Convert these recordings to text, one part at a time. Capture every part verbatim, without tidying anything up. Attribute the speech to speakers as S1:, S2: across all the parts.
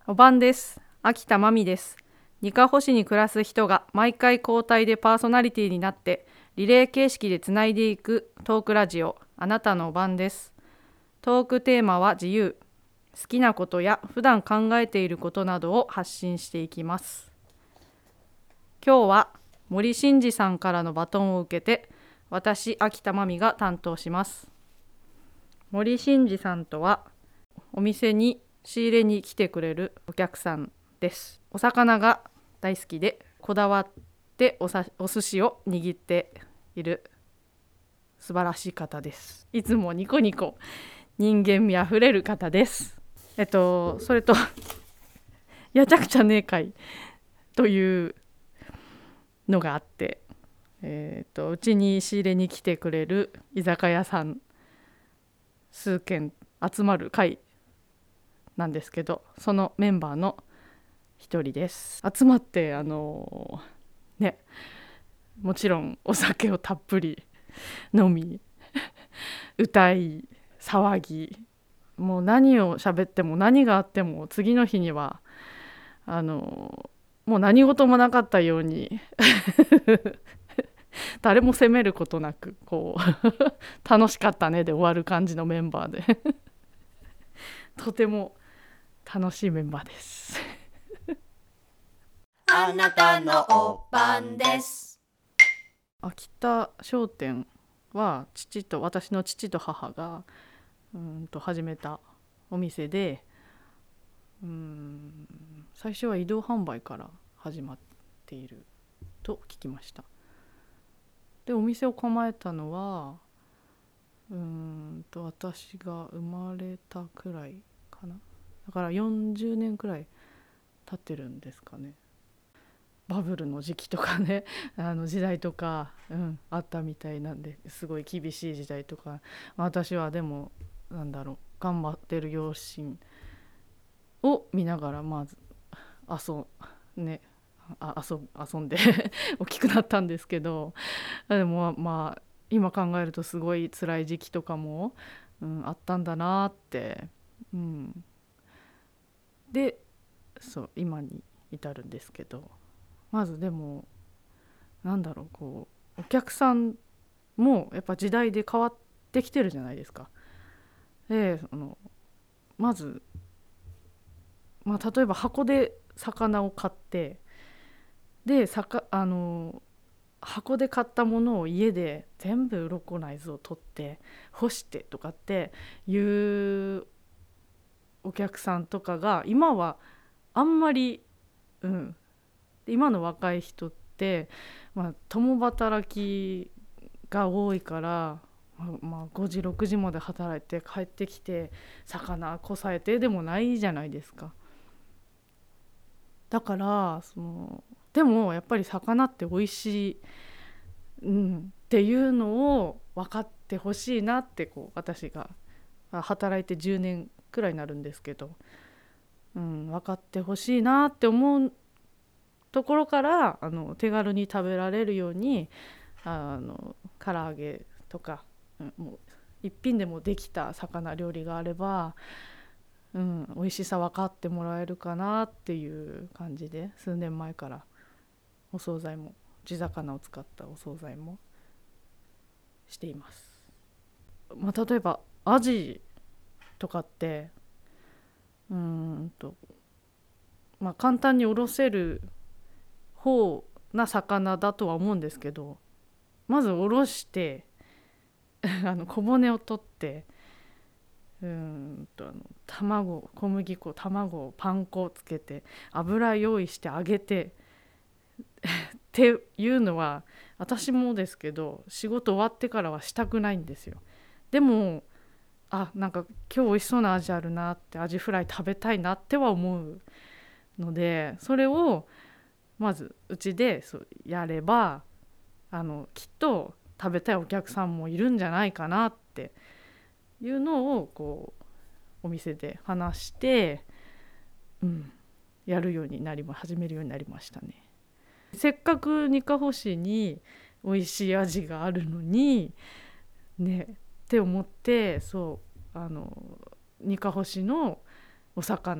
S1: おばんです。秋田真美です。にかほ市に暮らす人が毎回交代でパーソナリティになってリレー形式でつないでいくトークラジオ、あなたのおばんです。トークテーマは自由。好きなことや普段考えていることなどを発信していきます。今日は森進二さんからのバトンを受けて私、秋田真美が担当します。森進二さんとはお店に仕入れに来てくれるお客さんです。お魚が大好きでこだわっておさお寿司を握っている素晴らしい方です。いつもニコニコ人間味あふれる方です。えっとそれとやちゃくちゃねえ会というのがあって、えっとうちに仕入れに来てくれる居酒屋さん数軒集まる会なんですけど、そのメンバーの一人です。集まってあのねもちろんお酒をたっぷり飲み歌い騒ぎ、もう何を喋っても何があっても次の日にはあのもう何事もなかったように誰も責めることなくこう楽しかったねで終わる感じのメンバーでとても楽しいメンバーです。
S2: あなたのおばんです。
S1: 秋田商店は父と私の父と母がうんと始めたお店で、うーん最初は移動販売から始まっていると聞きました。でお店を構えたのはうーんと私が生まれたくらいかな。だからよんじゅうねんくらい経ってるんですかね。バブルの時期とかねあの時代とか、うん、あったみたいなんですごい厳しい時代とか、私はでもなんだろう頑張ってる両親を見ながらまず遊ねあ遊遊んで大きくなったんですけど、でもまあ今考えるとすごい辛い時期とかも、うん、あったんだなって、うん、でそう今に至るんですけど、まずでもなんだろうこうお客さんもやっぱ時代で変わってきてるじゃないですか。でそのまず、まあ、例えば箱で魚を買ってでさかあの箱で買ったものを家で全部鱗内臓を取って干してとかっていうお客さんとかが今はあんまり、うん、今の若い人って、まあ、共働きが多いから、まあ、ごじろくじまで働いて帰ってきて魚こさえてでもないじゃないですか。だからそのでもやっぱり魚って美味しい、うん、っていうのを分かってほしいなってこう私が働いてじゅうねんくらいになるんですけど、うん、分かってほしいなって思うところからあの手軽に食べられるようにあの唐揚げとか、うん、もう一品でもできた魚料理があれば、うん、美味しさ分かってもらえるかなっていう感じで数年前からお惣菜も地魚を使ったお惣菜もしています。まあ、例えばアジとかってうーんと、まあ、簡単におろせる方な魚だとは思うんですけど、まずおろしてあの小骨を取ってうーんとあの卵小麦粉卵パン粉をつけて油用意して揚げてっていうのは私もですけど仕事終わってからはしたくないんですよ。でもあなんか今日美味しそうな味あるなってアジフライ食べたいなっては思うので、それをまずうちでそうやればあのきっと食べたいお客さんもいるんじゃないかなっていうのをこうお店で話して、うん、やるようになりま始めるようになりましたね。せっかくにかほ市に美味しい味があるのにねって思って、そうあのにかほ市のお魚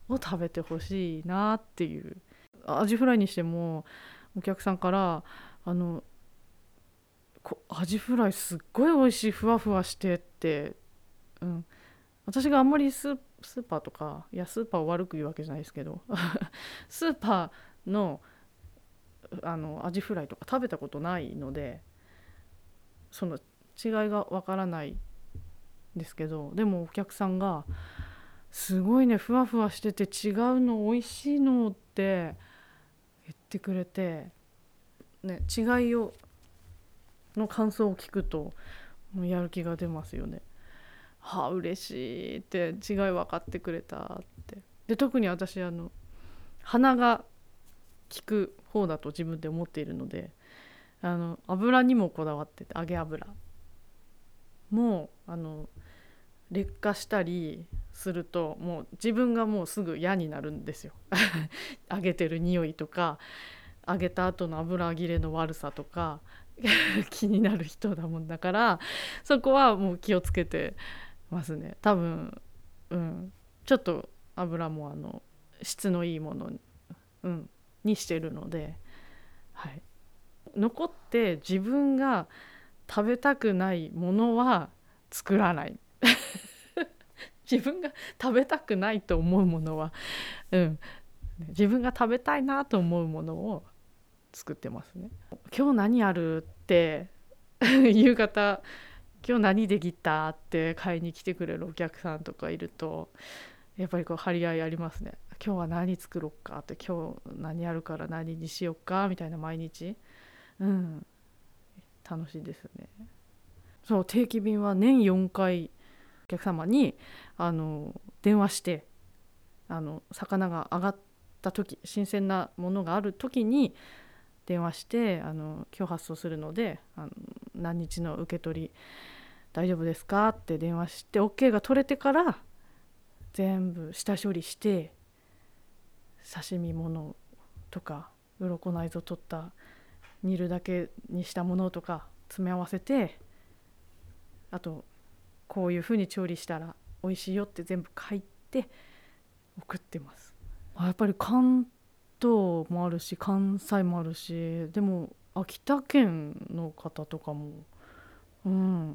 S1: を食べてほしいなっていう。アジフライにしてもお客さんからあのこアジフライすっごい美味しい、ふわふわしてって、うん、私があんまりスー、スーパーとか、いやスーパーを悪く言うわけじゃないですけどスーパーのあのアジフライとか食べたことないのでその違いがわからないんですけど、でもお客さんがすごいね、ふわふわしてて違うの美味しいのって言ってくれて、ね、違いをの感想を聞くともうやる気が出ますよね。はあ嬉しいって、違い分かってくれたって。で特に私あの鼻が効く方だと自分で思っているので、あの油にもこだわってて、揚げ油もうあの劣化したりするともう自分がもうすぐ嫌になるんですよ揚げてる匂いとか揚げた後の油切れの悪さとか気になる人だもんだから、そこはもう気をつけてますね多分。うん、ちょっと油もあの質のいいものに、うん、にしてるので、はい、残って自分が食べたくないものは作らない自分が食べたくないと思うものは、うん、自分が食べたいなと思うものを作ってますね。今日何あるって夕方今日何できたって買いに来てくれるお客さんとかいるとやっぱりこう張り合いありますね。今日は何作ろっかって、今日何あるから何にしよっかみたいな毎日、うん、楽しいですね。そう定期便は年よんかいお客様にあの電話して、あの魚が上がった時、新鮮なものがある時に電話して、あの今日発送するのであの何日の受け取り大丈夫ですかって電話して オーケー が取れてから全部下処理して、刺身ものとか鱗内臓取った煮るだけにしたものとか詰め合わせて、あとこういう風に調理したら美味しいよって全部書いて送ってます。やっぱり関東もあるし関西もあるし、でも秋田県の方とかも、うん、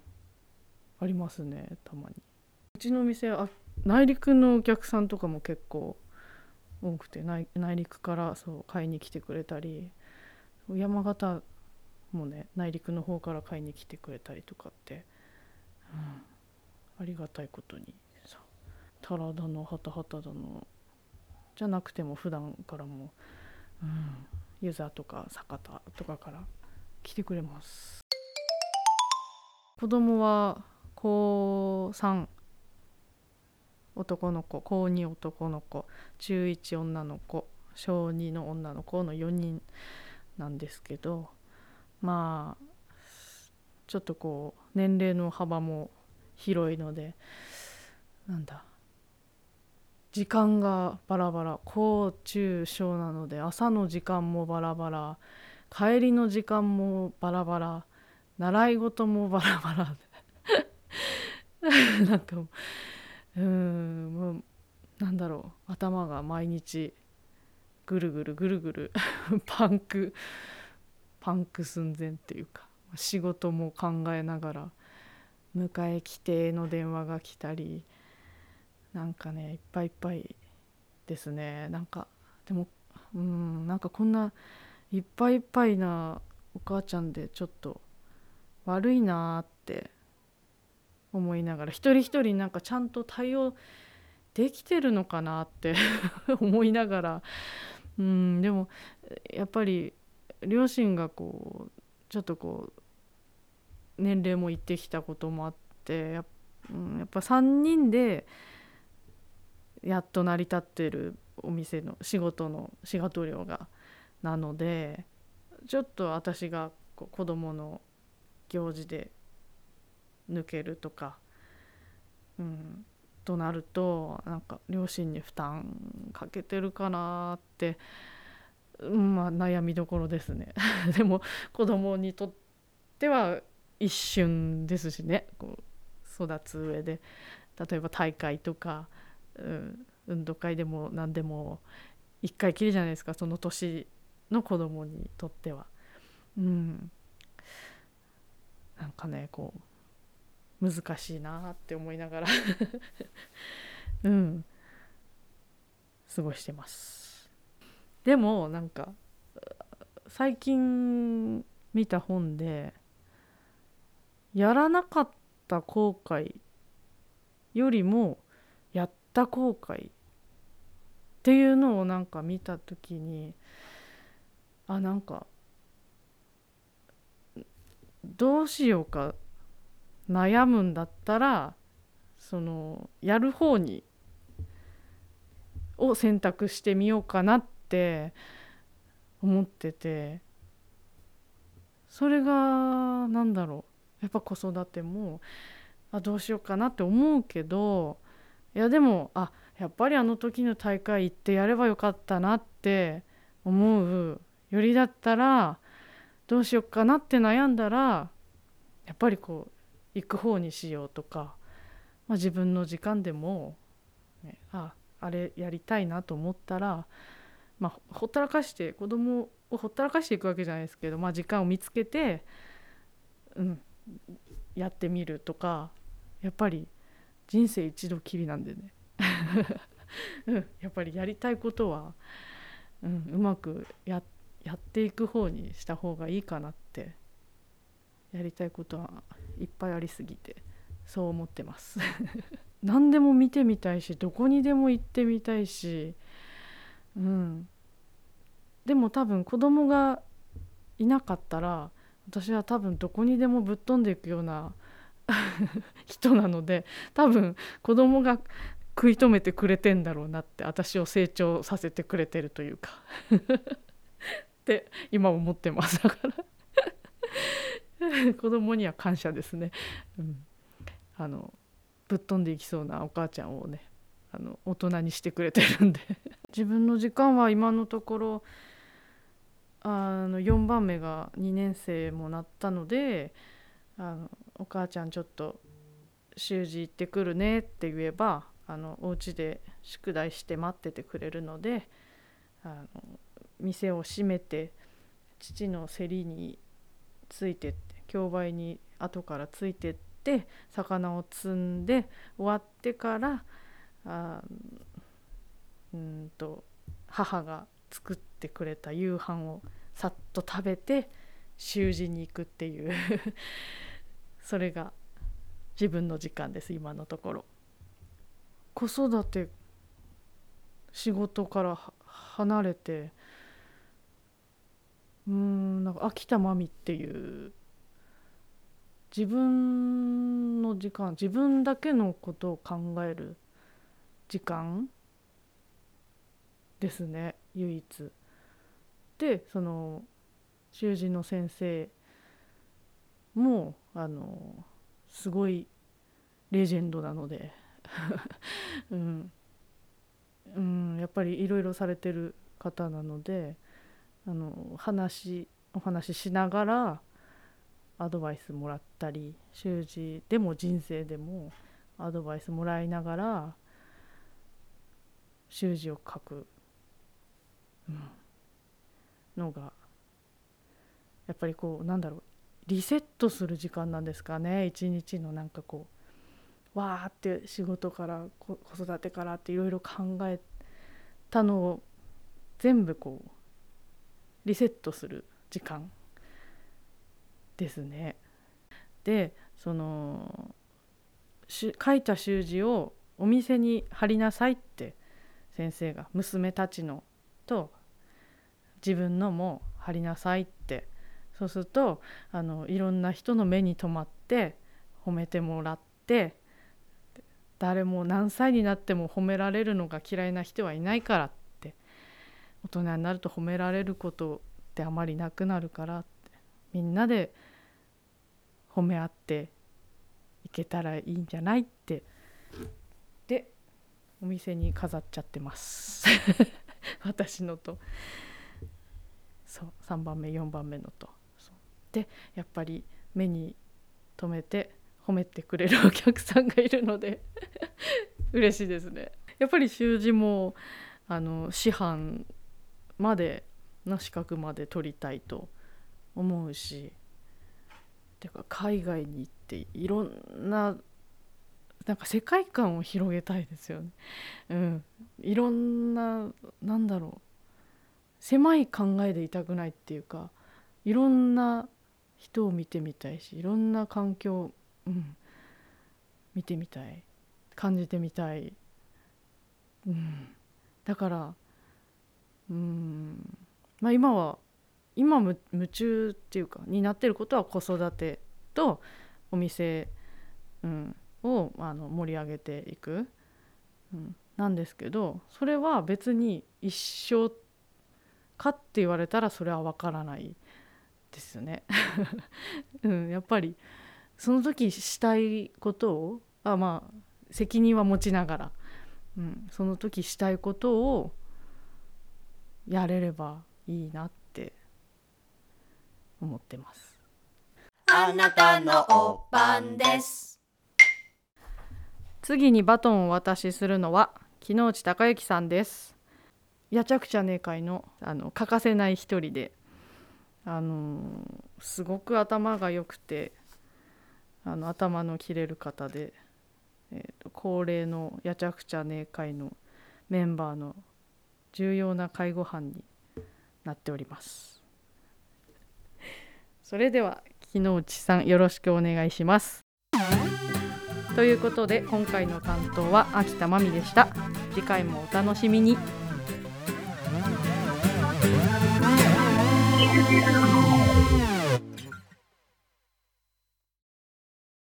S1: ありますねたまに。うちの店は内陸のお客さんとかも結構多くて、 内, 内陸からそう買いに来てくれたり、山形もね内陸の方から買いに来てくれたりとかって、うん、ありがたいことにさ、タラだのハタハタだのじゃなくても普段からも、うん、湯沢とか酒田とかから来てくれます。子供はこうさん男の子、こうに男の子、中いち女の子、小にの女の子のよにんなんですけど、まあちょっとこう年齢の幅も広いので、なんだ時間がバラバラ、高中小なので朝の時間もバラバラ、帰りの時間もバラバラ、習い事もバラバラなんかうーんもうなんだろう、頭が毎日ぐるぐるぐるぐるパンクパンク寸前っていうか、仕事も考えながら迎え来ての電話が来たり、なんかねいっぱいいっぱいですね。なんかでもうんなんかこんないっぱいいっぱいなお母ちゃんでちょっと悪いなって思いながら、一人一人なんかちゃんと対応できてるのかなって思いながら、うんでもやっぱり両親がこうちょっとこう年齢もいってきたこともあって、やっ、うん、やっぱさんにんでやっと成り立ってるお店の仕事の仕事量がなので、ちょっと私がこう子供の行事で抜けるとか、うん、となるとなんか両親に負担かけてるかなって、うん、まあ悩みどころですねでも子供にとっては一瞬ですしね、こう育つ上で例えば大会とか、うん、 運動会でも何でも一回きりじゃないですか、その年の子供にとっては。うん、なんかねこう難しいなって思いながらうん過ごしてます。でもなんか最近見た本で、やらなかった後悔よりもやった後悔っていうのをなんか見た時に、あなんかどうしようか悩むんだったら、そのやる方にを選択してみようかなって思ってて、それがなんだろう、やっぱ子育てもあどうしようかなって思うけど、いやでもあやっぱりあの時の大会行ってやればよかったなって思うよりだったら、どうしようかなって悩んだらやっぱりこう行く方にしようとか、まあ、自分の時間でも、ね、ああれやりたいなと思ったら、まあ、ほったらかして子供をほったらかしていくわけじゃないですけど、まあ、時間を見つけて、うん、やってみるとか、やっぱり人生一度きりなんでね、うん、やっぱりやりたいことは、うん、うまく や, やっていく方にした方がいいかなって、やりたいことはいっぱいありすぎてそう思ってます何でも見てみたいし、どこにでも行ってみたいし、うん、でも多分子供がいなかったら私は多分どこにでもぶっ飛んでいくような人なので、多分子供が食い止めてくれてんだろうなって、私を成長させてくれてるというかって今思ってます。だから子供には感謝ですね、うん、あのぶっ飛んでいきそうなお母ちゃんをね、あの大人にしてくれてるんで自分の時間は今のところあのよんばんめがにねん生もなったので、あのお母ちゃんちょっと習字行ってくるねって言えば、あのお家で宿題して待っててくれるので、あの店を閉めて父の競りについてって、競売に後からついてって魚を積んで終わってから、あうんと母が作ってくれた夕飯をさっと食べて習字に行くっていうそれが自分の時間です今のところ。子育て仕事から離れて、うーんなんか秋田まみっていう自分の時間、自分だけのことを考える時間ですね、唯一。でその習字の先生もあのすごいレジェンドなのでうん、うん、やっぱりいろいろされてる方なので、あの話お話ししながらアドバイスもらったり、習字でも人生でもアドバイスもらいながら習字を書く、うん、のがやっぱりこうなんだろう、リセットする時間なんですかね。一日のなんかこうわーって仕事から子育てからっていろいろ考えたのを全部こうリセットする時間ですね。でその書いた習字をお店に貼りなさいって先生が、娘たちのと自分のも貼りなさいって、そうするとあのいろんな人の目に留まって褒めてもらって、誰も何歳になっても褒められるのが嫌いな人はいないからって、大人になると褒められることってあまりなくなるからって、みんなで褒め合っていけたらいいんじゃないってでお店に飾っちゃってます私のと、そうさんばんめよんばんめのと、そうでやっぱり目に留めて褒めてくれるお客さんがいるので嬉しいですね。 やっぱり習字もあの師範までの資格まで取りたいと思うし、てか海外に行っていろんななんか世界観を広げたいですよね。うん、いろんななんだろう狭い考えでいたくないっていうか、いろんな人を見てみたいし、いろんな環境、うん、見てみたい、感じてみたい、うん、だからうーんまあ今は今夢中っていうかになってることは子育てとお店、うん、をあの盛り上げていく、うん、なんですけど、それは別に一生かって言われたらそれは分からないですよね、うん、やっぱりその時したいことをあまあ責任は持ちながら、うん、その時したいことをやれればいいなって思ってます。
S2: あなたのお番です。
S1: 次にバトンをお渡しするのは木之内孝之さんです。やちゃくちゃね会のあの欠かせない一人で、あのー、すごく頭が良くてあの頭の切れる方で、えーと、恒例のやちゃくちゃね会のメンバーの重要な介護班になっております。それでは木之内さんよろしくお願いします。ということで今回の担当は秋田真美でした。次回もお楽しみに。
S2: Thank you.